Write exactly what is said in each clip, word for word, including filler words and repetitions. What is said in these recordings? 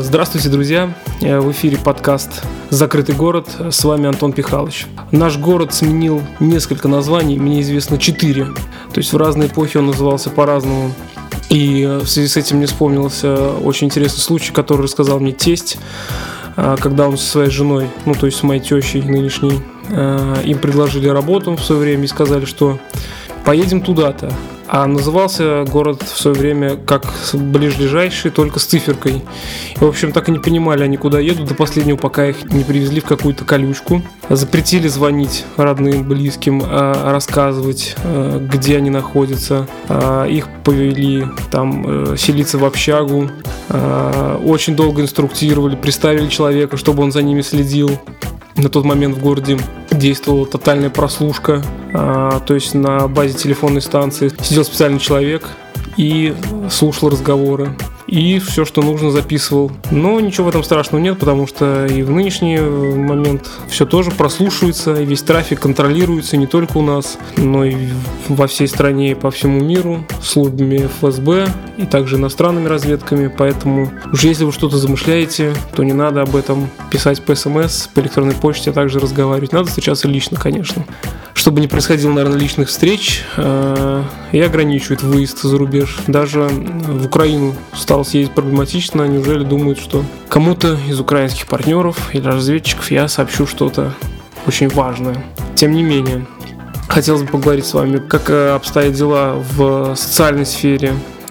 Здравствуйте, друзья! В эфире подкаст «Закрытый город». С вами Антон Пихалыч. Наш город сменил несколько названий, мне известно четыре. То есть в разные эпохи он назывался по-разному. И в связи с этим мне вспомнился очень интересный случай, который рассказал мне тесть, когда он со своей женой, ну то есть с моей тещей нынешней, им предложили работу в свое время и сказали, что поедем туда-то. А назывался город в свое время как ближайший, только с циферкой. И, в общем, так и не понимали они, куда едут до последнего, пока их не привезли в какую-то колючку. Запретили звонить родным, близким, рассказывать, где они находятся. Их повели там селиться в общагу. Очень долго инструктировали, приставили человека, чтобы он за ними следил. На тот момент в городе действовала тотальная прослушка, а, то есть на базе телефонной станции сидел специальный человек и слушал разговоры. И все, что нужно, записывал. Но ничего в этом страшного нет, потому что и в нынешний момент все тоже прослушивается, и весь трафик контролируется не только у нас, но и во всей стране и по всему миру службами эф эс бэ и также иностранными разведками. Поэтому уже если вы что-то замышляете, то не надо об этом писать по эс эм эс, по электронной почте, а также разговаривать. Надо встречаться лично, конечно. Чтобы не происходило, наверное, личных встреч, и ограничивает выезд за рубеж. Даже в Украину стало съездить проблематично. Неужели думают, что кому-то из украинских партнеров или разведчиков я сообщу что-то очень важное? Тем не менее, хотелось бы поговорить с вами, как обстоят дела в социальной сфере.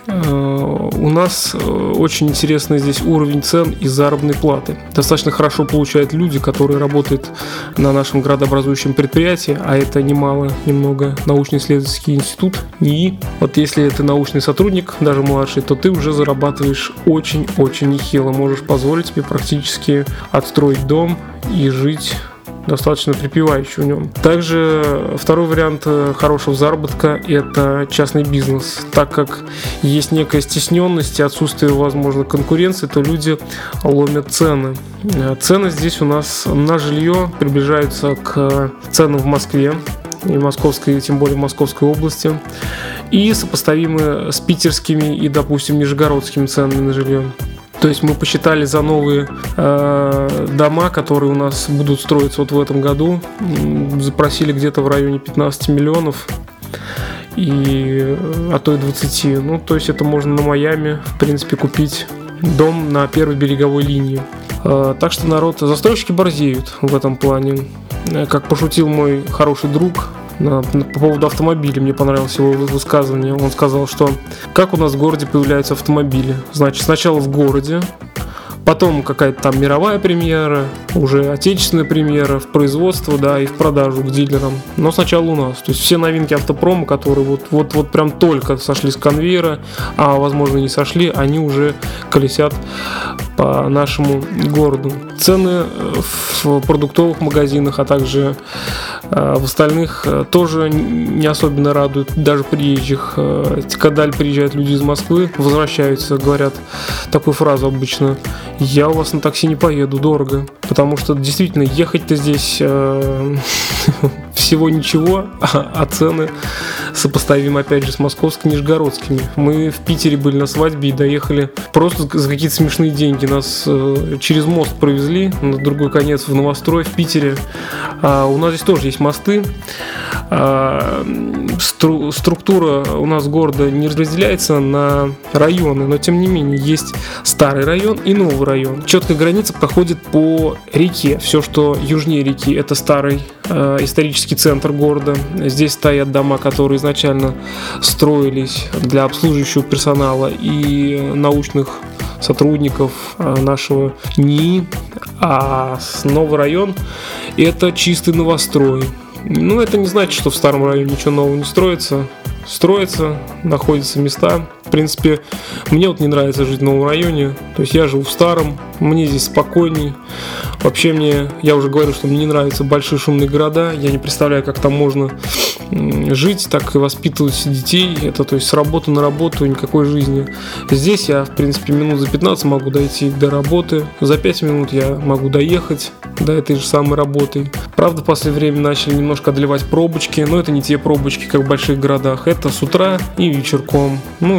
У нас очень интересный здесь уровень цен и заработной платы. Достаточно хорошо получают люди, которые работают на нашем градообразующем предприятии, а это немало, немного научно-исследовательский институт НИИ. Вот если ты научный сотрудник, даже младший, то ты уже зарабатываешь очень-очень нехило. Можешь позволить себе практически отстроить дом и жить достаточно припевающий в нем. Также второй вариант хорошего заработка – это частный бизнес. Так как есть некая стесненность и отсутствие, возможно, конкуренции, то люди ломят цены. Цены здесь у нас на жилье приближаются к ценам в Москве, и московской, тем более в Московской области, и сопоставимы с питерскими и, допустим, нижегородскими ценами на жилье. То есть мы посчитали за новые э, дома, которые у нас будут строиться вот в этом году, запросили где-то в районе пятнадцать миллионов, и, а то и двадцать. Ну, то есть это можно на Майами, в принципе, купить дом на первой береговой линии. Э, так что, народ, застройщики борзеют в этом плане. Как пошутил мой хороший друг по поводу автомобилей, мне понравилось его высказывание. Он сказал, что как у нас в городе появляются автомобили. Значит, сначала в городе, потом какая-то там мировая премьера, уже отечественная премьера в производство, да, и в продажу к дилерам. Но сначала у нас. То есть все новинки автопрома, которые вот, вот, вот прям только сошли с конвейера, а возможно не сошли, они уже колесят по нашему городу. Цены в продуктовых магазинах, а также в остальных тоже не особенно радуют даже приезжих. Когда приезжают люди из Москвы, возвращаются, говорят такую фразу обычно: я у вас на такси не поеду, дорого. Потому что действительно ехать-то здесь э, всего ничего, а, а цены сопоставимы опять же с московско-нижегородскими. Мы в Питере были на свадьбе и доехали просто за какие-то смешные деньги. Нас э, через мост провезли на другой конец в Новострой в Питере. А у нас здесь тоже есть мосты. А, стру- структура у нас города не разделяется на районы, но тем не менее есть старый район и новый район. Четкая граница проходит по реке. Все, что южнее реки, это старый э, исторический центр города. Здесь стоят дома, которые изначально строились для обслуживающего персонала и научных сотрудников нашего НИИ. А новый район – это чистый новострой. Ну, это не значит, что в старом районе ничего нового не строится. Строится, находятся места. В принципе, мне вот не нравится жить в новом районе. То есть я живу в старом, мне здесь спокойней. Вообще мне, я уже говорил, что мне не нравятся большие шумные города. Я не представляю, как там можно жить, так и воспитывать детей. Это, то есть, с работы на работу, никакой жизни. Здесь я, в принципе, минут за пятнадцать могу дойти до работы. За пять минут я могу доехать до этой же самой работы. Правда, в последнее время начали немножко одолевать пробочки. Но это не те пробочки, как в больших городах. Это с утра и вечерком. Ну,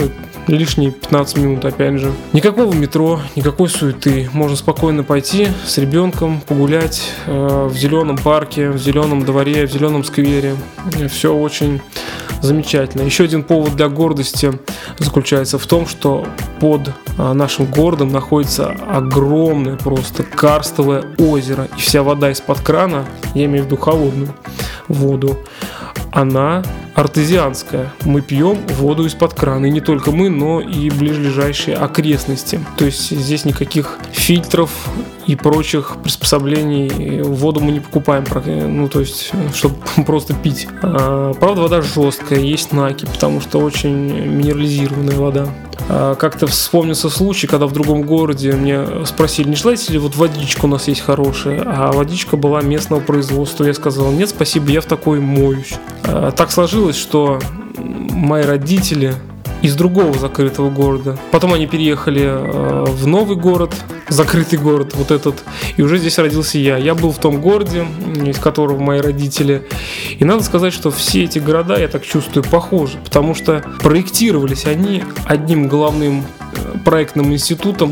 лишние пятнадцать минут, опять же. Никакого метро, никакой суеты. Можно спокойно пойти с ребенком погулять э, в зеленом парке, в зеленом дворе, в зеленом сквере. Все очень замечательно. Еще один повод для гордости заключается в том, что под э, нашим городом находится огромное просто карстовое озеро. И вся вода из-под крана, я имею в виду холодную воду, она артезианская. Мы пьем воду из-под крана. И не только мы, но и ближайшие окрестности. То есть здесь никаких фильтров и прочих приспособлений. Воду мы не покупаем, ну, то есть, чтобы просто пить. А, правда, вода жесткая, есть наки, потому что очень минерализированная вода. А, как-то вспомнился случай, когда в другом городе мне спросили, не желаете ли, вот водичка у нас есть хорошая, а водичка была местного производства. Я сказал, нет, спасибо, я в такой моюсь. А, так сложилось, что мои родители из другого закрытого города. Потом они переехали э, в новый город, закрытый город, вот этот, и уже здесь родился я. Я был в том городе, из которого мои родители. И надо сказать, что все эти города, я так чувствую, похожи, потому что проектировались они одним главным проектным институтом.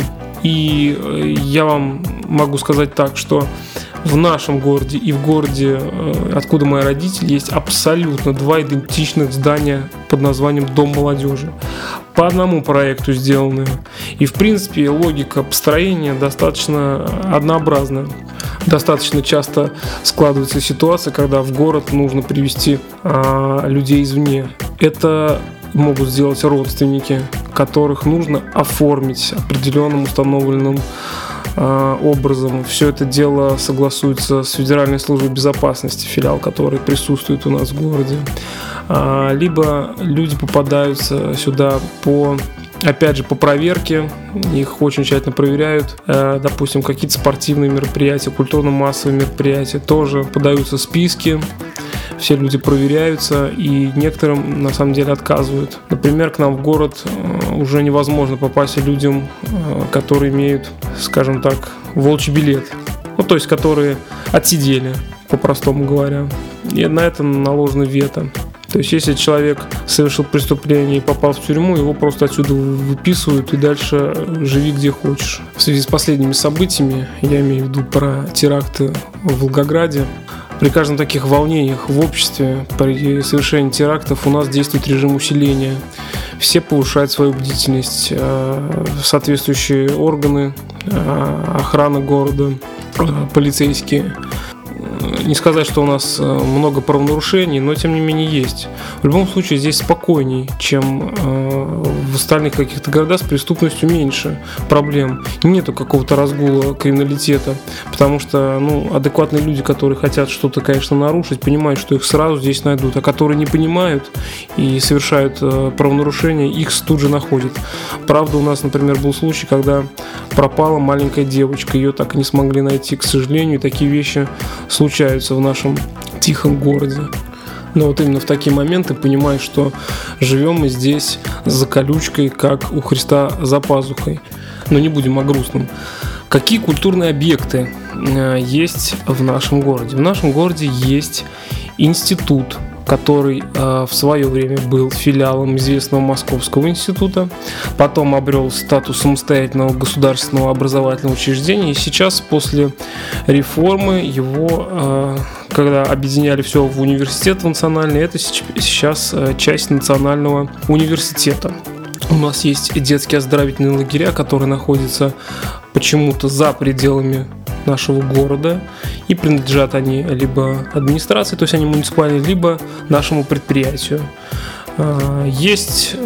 И я вам могу сказать так, что в нашем городе и в городе, откуда мои родители, есть абсолютно два идентичных здания под названием Дом молодежи. По одному проекту сделаны. И, в принципе, логика построения достаточно однообразная. Достаточно часто складывается ситуация, когда в город нужно привести а, людей извне. Это могут сделать родственники, которых нужно оформить определенным установленным образом. Все это дело согласуется с Федеральной службой безопасности, филиал которой присутствует у нас в городе. Либо люди попадаются сюда по, опять же, по проверке, их очень тщательно проверяют. Допустим, какие-то спортивные мероприятия, культурно-массовые мероприятия, тоже подаются списки. Все люди проверяются, и некоторым на самом деле отказывают. Например, к нам в город уже невозможно попасть людям, которые имеют, скажем так, волчий билет. Ну, то есть, которые отсидели, по-простому говоря. И на это наложено вето. То есть, если человек совершил преступление и попал в тюрьму, его просто отсюда выписывают и дальше живи где хочешь. В связи с последними событиями, я имею в виду про теракты в Волгограде, при каждом таких волнениях в обществе, при совершении терактов у нас действует режим усиления. Все повышают свою бдительность, соответствующие органы, охрана города, полицейские. Не сказать, что у нас много правонарушений, но тем не менее есть. В любом случае здесь спокойней, чем в остальных каких-то городах, с преступностью меньше проблем. Нету какого-то разгула криминалитета, потому что ну, адекватные люди, которые хотят что-то, конечно, нарушить, понимают, что их сразу здесь найдут, а которые не понимают и совершают правонарушения, их тут же находят. Правда, у нас, например, был случай, когда пропала маленькая девочка, ее так и не смогли найти, к сожалению, и такие вещи случаются в нашем тихом городе. Но вот именно в такие моменты понимаешь, что живем мы здесь за колючкой, как у Христа за пазухой. Но не будем о грустном. Какие культурные объекты есть в нашем городе? В нашем городе есть институт, который э, в свое время был филиалом известного Московского института, потом обрел статус самостоятельного государственного образовательного учреждения, и сейчас, после реформы его, э, когда объединяли все в университет национальный, это сейчас э, часть национального университета. У нас есть детские оздоровительные лагеря, которые находятся почему-то за пределами нашего города, и принадлежат они либо администрации, то есть они муниципальные, либо нашему предприятию. Есть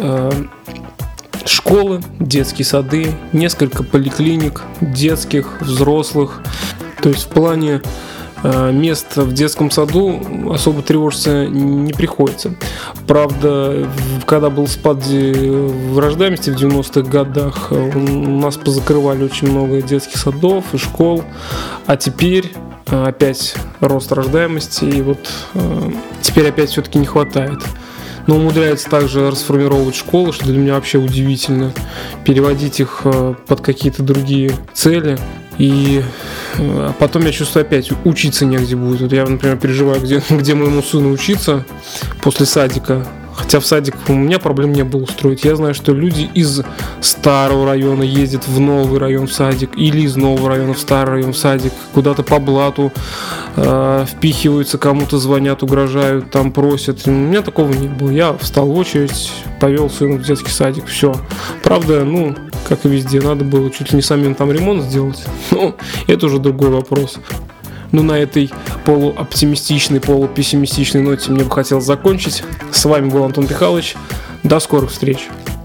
школы, детские сады, несколько поликлиник, детских, взрослых. То есть в плане мест в детском саду особо тревожиться не приходится. Правда, когда был спад рождаемости в девяностых годах, у нас позакрывали очень много детских садов и школ, а теперь опять рост рождаемости, и вот теперь опять все-таки не хватает. Но умудряется также расформировать школы, что для меня вообще удивительно, переводить их под какие-то другие цели. И потом я чувствую, опять учиться негде будет. Вот я, например, переживаю, где, где моему сыну учиться после садика. Хотя в садик у меня проблем не было устроить. Я знаю, что люди из старого района ездят в новый район в садик, или из нового района в старый район в садик, куда-то по блату э, впихиваются, кому-то звонят, угрожают, там просят. У меня такого не было. Я встал в очередь, повел сына в детский садик, все. Правда, ну, как и везде, надо было чуть ли не самим там ремонт сделать. Но это уже другой вопрос. Ну, на этой полуоптимистичной, полупессимистичной ноте мне бы хотелось закончить. С вами был Антон Пихалыч. До скорых встреч.